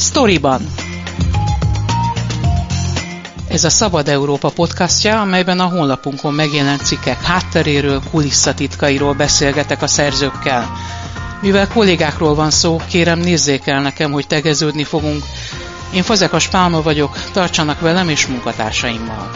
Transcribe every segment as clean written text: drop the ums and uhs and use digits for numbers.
Sztoriban. Ez a Szabad Európa podcastja, amelyben a honlapunkon megjelent cikkek hátteréről, kulisszatitkairól beszélgetek a szerzőkkel. Mivel kollégákról van szó, kérem nézzék el nekem, hogy tegeződni fogunk. Én Fazekas Pálma vagyok, tartsanak velem és munkatársaimmal.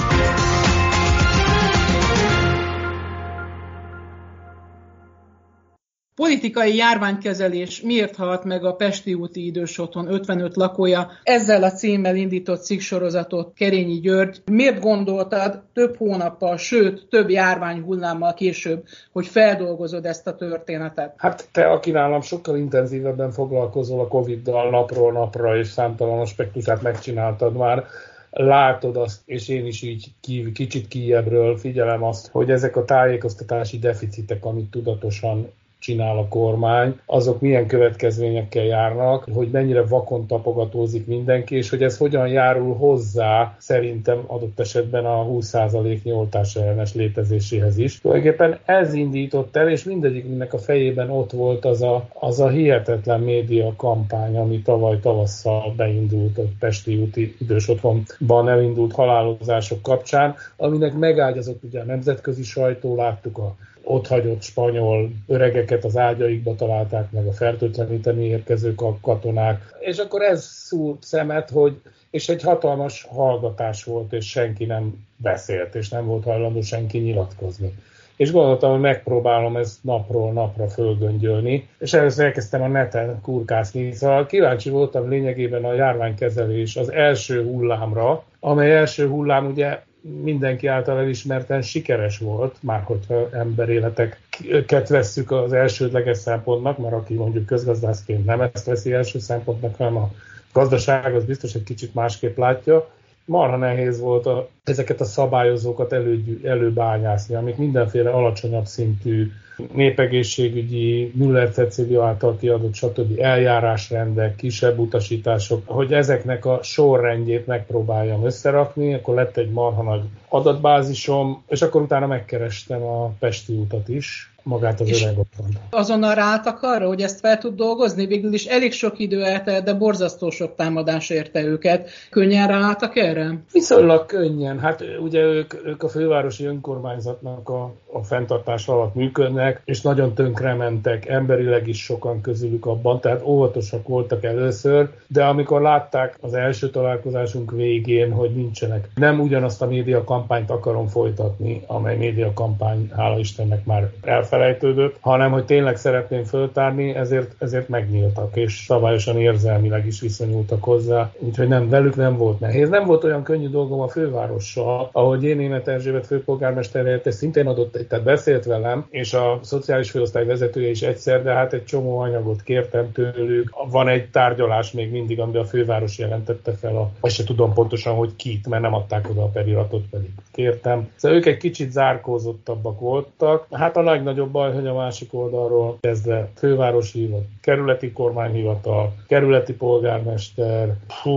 Politikai járványkezelés miért halt meg a Pesti úti idősotthon 55 lakója? Ezzel a címmel indított cikksorozatot Kerényi György. Miért gondoltad több hónappal, sőt több járványhullámmal később, hogy feldolgozod ezt a történetet? Hát te, aki nálam sokkal intenzívebben foglalkozol a Covid-dal napról napra, és számtalan aspektusát megcsináltad már, látod azt, és én is így kicsit kijebbről figyelem azt, hogy ezek a tájékoztatási deficitek, amit tudatosan csinál a kormány, azok milyen következményekkel járnak, hogy mennyire vakon tapogatózik mindenki, és hogy ez hogyan járul hozzá szerintem adott esetben a 20%-nyi oltásellenes létezéséhez is. Tulajdonképpen ez indított el, és mindegyiknek a fejében ott volt az a hihetetlen média kampány, ami tavaly tavasszal beindult a Pesti úti idősotthonban elindult halálozások kapcsán, aminek megágyazott ugye a nemzetközi sajtó, láttuk a otthagyott spanyol öregeket az ágyaikba találták meg, a fertőtleníteni érkező katonák. És akkor ez szúrt szemet, és egy hatalmas hallgatás volt, és senki nem beszélt, és nem volt hajlandó senki nyilatkozni. És gondoltam, hogy megpróbálom ezt napról napra fölgöngyölni, és először elkezdtem a neten kurkászni. Szóval kíváncsi voltam lényegében a járványkezelés az első hullámra, amely első hullám ugye mindenki által elismerten sikeres volt, már hogyha emberéleteket vesszük az elsődleges szempontnak, mert aki mondjuk közgazdászként nem ezt veszi első szempontnak, hanem a gazdaság az biztos egy kicsit másképp látja. Marha nehéz volt ezeket a szabályozókat előbányászni, amik mindenféle alacsonyabb szintű népegészségügyi, Müller-Cecilia által kiadott stb. Eljárásrendek, kisebb utasítások, hogy ezeknek a sorrendjét megpróbáljam összerakni, akkor lett egy marha nagy adatbázisom, és akkor utána megkerestem a Pesti utat is, magát az öreg otthont. Azonnal ráálltak arra, hogy ezt fel tud dolgozni? Végül is elég sok idő eltelt, de borzasztó sok támadás érte őket. Könnyen ráálltak erre? Viszonylag könnyen. Hát ugye ők a fővárosi önkormányzatnak a fenntartás alatt működnek, és nagyon tönkrementek, emberileg is sokan közülük abban, tehát óvatosak voltak először, de amikor látták az első találkozásunk végén, hogy nincsenek, nem ugyanazt a médiakampányt akarom folytatni, amely médiakampány, hála Istennek már elfelejtődött, hanem hogy tényleg szeretném föltárni, ezért megnyíltak, és szabályosan érzelmileg is viszonyultak hozzá, úgyhogy velük nem volt nehéz. Nem volt olyan könnyű dolgom a fővárossal, ahogy én Németh Erzsébet főpolgármester helyettes szintén adott, tehát beszélt velem, és a szociális főosztály vezetője is egyszer, de hát egy csomó anyagot kértem tőlük. Van egy tárgyalás még mindig, amiben a főváros jelentette fel, vagy se tudom pontosan, hogy kit, mert nem adták oda a periratot, pedig kértem. Szóval ők egy kicsit zárkózottabbak voltak. Hát a legnagyobb baj, hogy a másik oldalról kezdve fővárosi, vagy kerületi kormányhivatal, kerületi polgármester,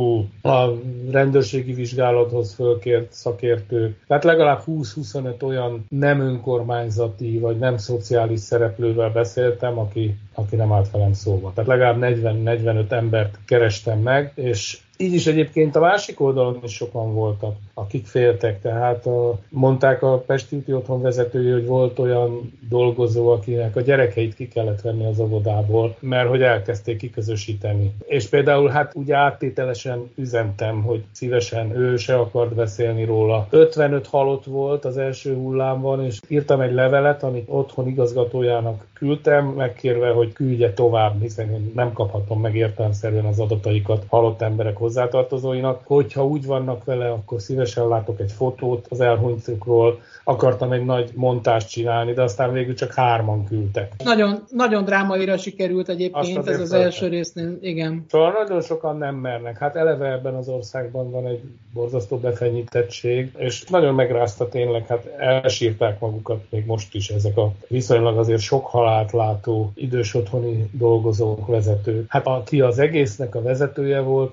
a rendőrségi vizsgálathoz fölkért szakértők. Tehát legalább 20-25 olyan nem önkormányzati, vagy nem szociális szereplővel beszéltem, aki nem állt velem szóba. Tehát legalább 40-45 embert kerestem meg, és így is egyébként a másik oldalon is sokan voltak, akik féltek. Tehát mondták a Pesti úti otthon vezetője, hogy volt olyan dolgozó, akinek a gyerekeit ki kellett venni az óvodából, mert hogy elkezdték kiközösíteni. És például hát ugye áttételesen üzentem, hogy szívesen ő se akart beszélni róla. 55 halott volt az első hullámban, és írtam egy levelet, amit otthon igazgatójának küldtem, megkérve, hogy küldje tovább, hiszen én nem kaphatom meg értelemszerűen az adataikat halott emberek hozzátartozóinak. Hogyha úgy vannak vele, akkor szívesen látok egy fotót az elhunytukról. Akartam egy nagy montást csinálni, de aztán végül csak 3-an küldtek. Nagyon, nagyon drámaira sikerült egyébként ez az első résznél, igen. Szóval nagyon sokan nem mernek. Hát eleve ebben az országban van egy borzasztó befenyítettség, és nagyon megrázta tényleg, hát elsírták magukat még most is ezek a viszonylag azért sok halált látó idős otthoni dolgozók, vezetők. Hát aki az egésznek a vezetője volt, a Skulti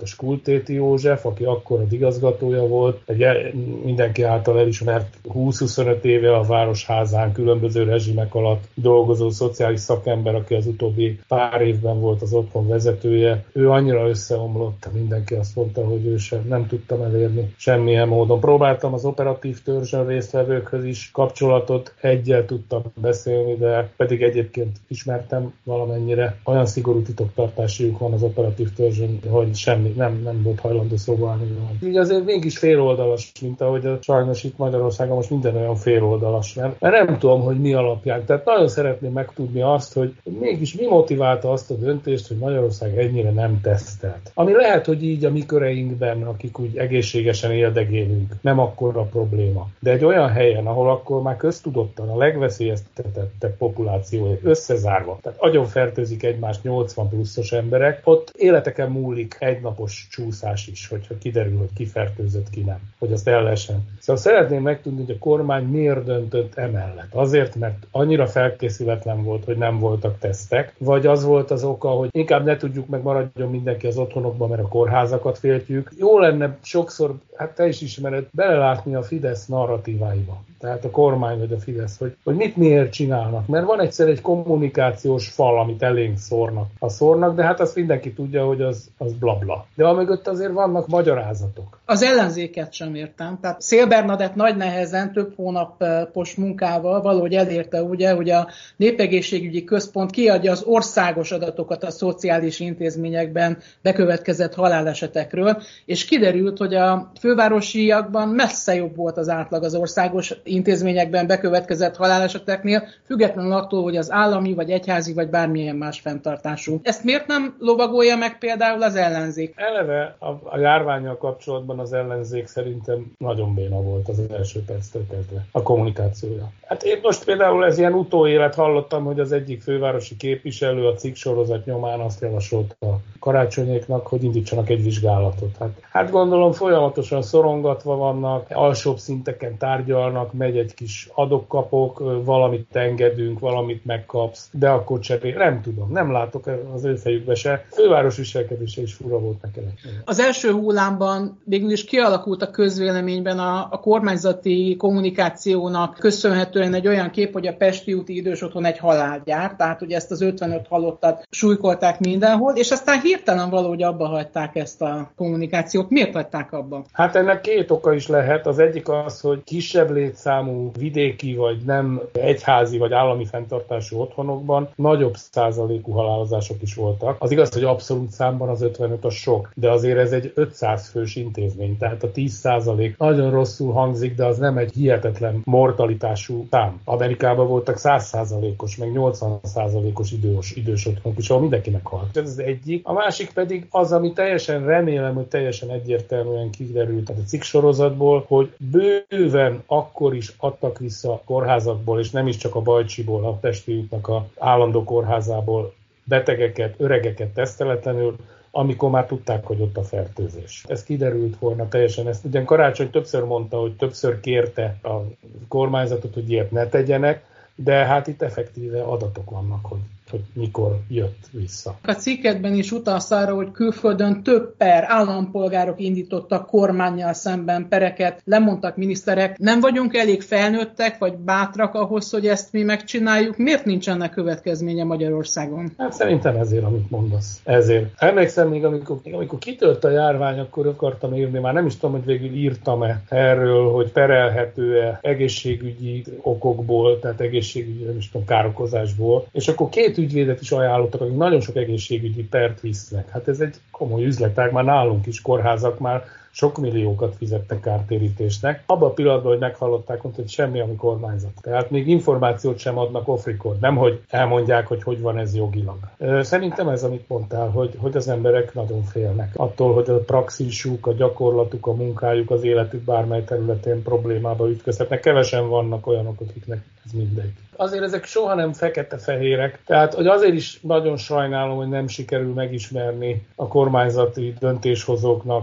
Újtéti József, aki akkor az igazgatója volt, egy mindenki által elismert 20-25 éve a Városházán különböző rezsimek alatt dolgozó szociális szakember, aki az utóbbi pár évben volt az otthon vezetője. Ő annyira összeomlott, mindenki azt mondta, hogy ő sem nem tudtam elérni semmilyen módon. Próbáltam az operatív törzsön résztvevőkhöz is kapcsolatot, egyel tudtam beszélni, de pedig egyébként ismertem valamennyire. Olyan szigorú titoktartásiuk van az operatív törzsön, hogy semmi, nem volt hajlandó szóba állni. Így azért mégis féloldalas, mint ahogy sajnos itt Magyarországon most minden olyan féloldalas, mert nem tudom, hogy mi alapján. Tehát nagyon szeretném megtudni azt, hogy mégis mi motiválta azt a döntést, hogy Magyarország ennyire nem tesztelt. Ami lehet, hogy így a mi köreinkben, akik úgy egészségesen éldegélünk, nem akkora probléma. De egy olyan helyen, ahol akkor már köztudottan a legveszélyeztetettebb populáció összezárva, tehát agyonfertőzik egymást 80 pluszos emberek, ott életeken múlik egynapos csúszás is, hogyha kiderül, hogy ki fertőzött, ki nem. Hogy azt el lehessen. Szóval szeretném megtudni, hogy a kormány miért döntött emellett. Azért, mert annyira felkészületlen volt, hogy nem voltak tesztek, vagy az volt az oka, hogy inkább ne tudjuk, meg maradjon mindenki az otthonokban, mert a kórházakat féltjük. Jó lenne sokszor, hát te is ismered, belelátni a Fidesz narratíváiba. Tehát a kormány vagy a Fidesz, hogy mit miért csinálnak. Mert van egyszer egy kommunikációs fal, amit elénk szórnak, de hát azt mindenki tudja, hogy az blabla. De amögött azért vannak magyarázatok. Az ellenzéket sem értem. Tehát Széll Bernadett nagy nehezen több hónapos munkával valahogy elérte, ugye, hogy a Népegészségügyi Központ kiadja az országos adatokat a szociális intézményekben bekövetkezett halálesetekről, és kiderült, hogy a fővárosiakban messze jobb volt az átlag az országos intézményekben bekövetkezett haláleseteknél, függetlenül attól, hogy az állami, vagy egyházi, vagy bármilyen más fenntartású. Ezt miért nem lovagolja meg például az ellenzék? Eleve a járvánnyal kapcsolatban az ellenzék szerintem nagyon béna volt az első perctől kezdve a kommunikációja. Hát én most például ez ilyen utóélet hallottam, hogy az egyik fővárosi képviselő a cikksorozat nyomán azt javasolta Karácsonyéknak, hogy indítsanak egy vizsgálatot. Hát gondolom folyamatosan szorongatva vannak, alsóbb szinteken tárgyalnak, megy egy kis adok-kapok, valamit engedünk, valamit megkapsz, de akkor cserél. Nem tudom, nem látok az ő fejükbe se. Főváros viselkedése is fura volt nekem. Az első hullámban végül is kialakult a közvéleményben a kormányzati kommunikációnak köszönhetően egy olyan kép, hogy a Pesti úti idős otthon egy halálgyár, tehát ugye ezt az 55 halottat súlykolták mindenhol, és aztán hirtelen valahogy abba hagyták ezt a kommunikációt. Miért hagyták abba? Hát ennek két oka is lehet. Az egyik az, hogy kisebb létszámú vidéki vagy nem egyházi vagy állami fenntartású otthonokban nagyobb százalékú halálozások is voltak. Az igaz, hogy abszolút számban az 55 a sok, de azért ez egy 500 fős intézmény, tehát a 10% nagyon rosszul hangzik, de az nem egy hihetetlen mortalitású szám. Amerikában voltak 100%-os, meg 80%-os idős otthonok is, ahol mindenki meghalt. Ez az egyik. A másik pedig az, ami teljesen remélem, hogy teljesen egyértelműen kiderült a cikksorozatból, hogy bőven akkor is adtak vissza kórházakból, és nem is csak a Bajcsiból, a Pesti útnak a állandó kórházából betegeket, öregeket teszteletlenül, amikor már tudták, hogy ott a fertőzés. Ez kiderült volna teljesen. Ezt ugyan Karácsony többször mondta, hogy többször kérte a kormányzatot, hogy ilyet ne tegyenek, de hát itt effektíve adatok vannak, hogy mikor jött vissza. A cikketben is utalsz arra, hogy külföldön több állampolgárok indítottak kormánnyal szemben pereket, lemondtak miniszterek. Nem vagyunk elég felnőttek, vagy bátrak ahhoz, hogy ezt mi megcsináljuk? Miért nincs ennek következménye Magyarországon? Hát szerintem ezért, amit mondasz. Ezért. Emlékszem még, amikor kitört a járvány, akkor akartam írni, már nem is tudom, hogy végül írtam-e erről, hogy perelhető-e egészségügyi okokból, tehát egészségügyi, nem is tudom, károkozásból. És akkor két ügyvédet is ajánlottak, akik nagyon sok egészségügyi pert visznek. Hát ez egy komoly üzletág, már nálunk is kórházak már sok milliókat fizettek kártérítésnek. Abban a pillanatban, hogy meghallották, hogy semmi, ami kormányzat. Tehát még információt sem adnak off-record, nem hogy elmondják, hogy van ez jogilag. Szerintem ez, amit mondtál, hogy az emberek nagyon félnek attól, hogy a praxisuk, a gyakorlatuk, a munkájuk, az életük bármely területén problémába ütközhetnek. Kevesen vannak olyanok, akiknek ez mindegy. Azért ezek soha nem fekete-fehérek. Tehát, hogy azért is nagyon sajnálom, hogy nem sikerül megismerni a kormányzati döntéshozóknak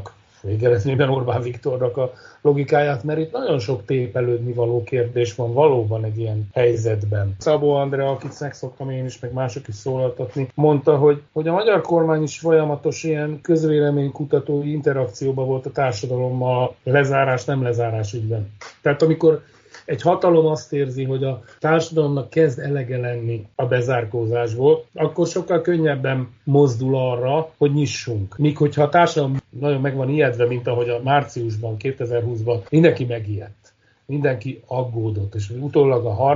végeredményben Orbán Viktornak a logikáját, mert itt nagyon sok tépelődni való kérdés van valóban egy ilyen helyzetben. Szabó Andrea, akit megszoktam én is, meg mások is szólaltatni, mondta, hogy a magyar kormány is folyamatos ilyen közvéleménykutatói interakcióban volt a társadalommal lezárás, nem lezárás ügyben. Tehát amikor egy hatalom azt érzi, hogy a társadalomnak kezd elege lenni a bezárkózásból, akkor sokkal könnyebben mozdul arra, hogy nyissunk. Míg hogyha a társadalom nagyon meg van ijedve, mint ahogy a márciusban, 2020-ban mindenki megijedt. Mindenki aggódott, és utólag a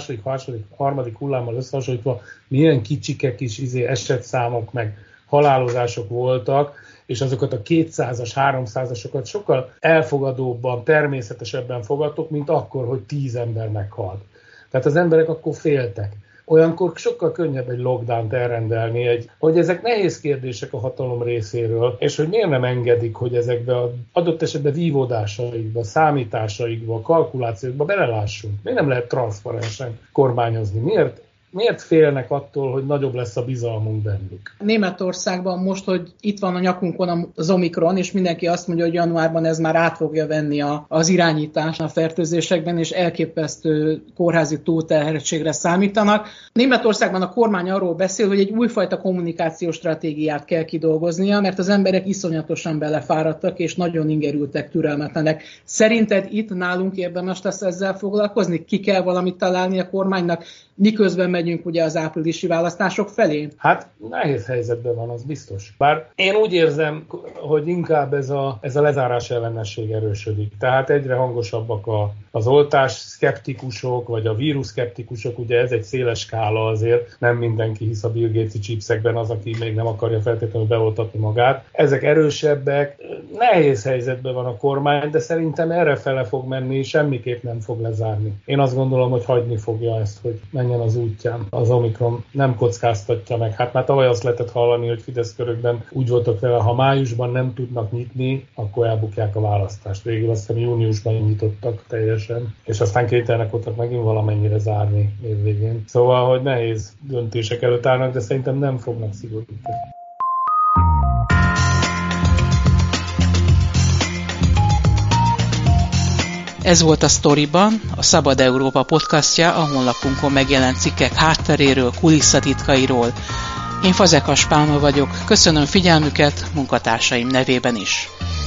harmadik hullámmal összehasonlítva milyen kicsikek is esetszámok meg halálozások voltak, és azokat a 200-as, 300-asokat sokkal elfogadóbban, természetesebben fogadtok, mint akkor, hogy 10 ember meghalt. Tehát az emberek akkor féltek. Olyankor sokkal könnyebb egy lockdownt elrendelni, hogy ezek nehéz kérdések a hatalom részéről, és hogy miért nem engedik, hogy ezekbe az adott esetben vívódásaikba, számításaikba, kalkulációkba belelássunk. Miért nem lehet transzparensen kormányozni? Miért félnek attól, hogy nagyobb lesz a bizalmunk bennük? Németországban most, hogy itt van a nyakunkon az Omikron, és mindenki azt mondja, hogy januárban ez már át fogja venni az irányítás a fertőzésekben, és elképesztő kórházi túlterheltségre számítanak. Németországban a kormány arról beszél, hogy egy újfajta kommunikációs stratégiát kell kidolgoznia, mert az emberek iszonyatosan belefáradtak, és nagyon ingerültek, türelmetlenek. Szerinted itt nálunk érdemes lesz ezzel foglalkozni? Ki kell valamit találni a kormánynak, miközben megyünk ugye az áprilisi választások felé? Hát nehéz helyzetben van, az biztos. Bár én úgy érzem, hogy inkább ez a lezárás ellenesség erősödik. Tehát egyre hangosabbak az oltás szkeptikusok, vagy a vírus szkeptikusok, ugye ez egy széles skála azért, nem mindenki hisz a Bill Gates-i chipsekben, az, aki még nem akarja feltétlenül beoltatni magát. Ezek erősebbek, nehéz helyzetben van a kormány, de szerintem errefele fog menni, semmiképp nem fog lezárni. Én azt gondolom, hogy hagyni fogja ezt, hogy menjen az útján. Az Omikron nem kockáztatja meg. Hát már tavaly azt lehetett hallani, hogy Fidesz körökben úgy voltak vele, ha májusban nem tudnak nyitni, akkor elbukják a választást. Végül azt hiszem júniusban nyitottak teljesen, és aztán kénytelenek voltak megint valamennyire zárni évvégén. Szóval, hogy nehéz döntések előtt állnak, de szerintem nem fognak szigorítani. Ez volt a Sztoriban, a Szabad Európa podcastja, a honlapunkon megjelent cikkek hátteréről, kulisszatitkairól. Én Fazekas Pálma vagyok, köszönöm figyelmüket munkatársaim nevében is.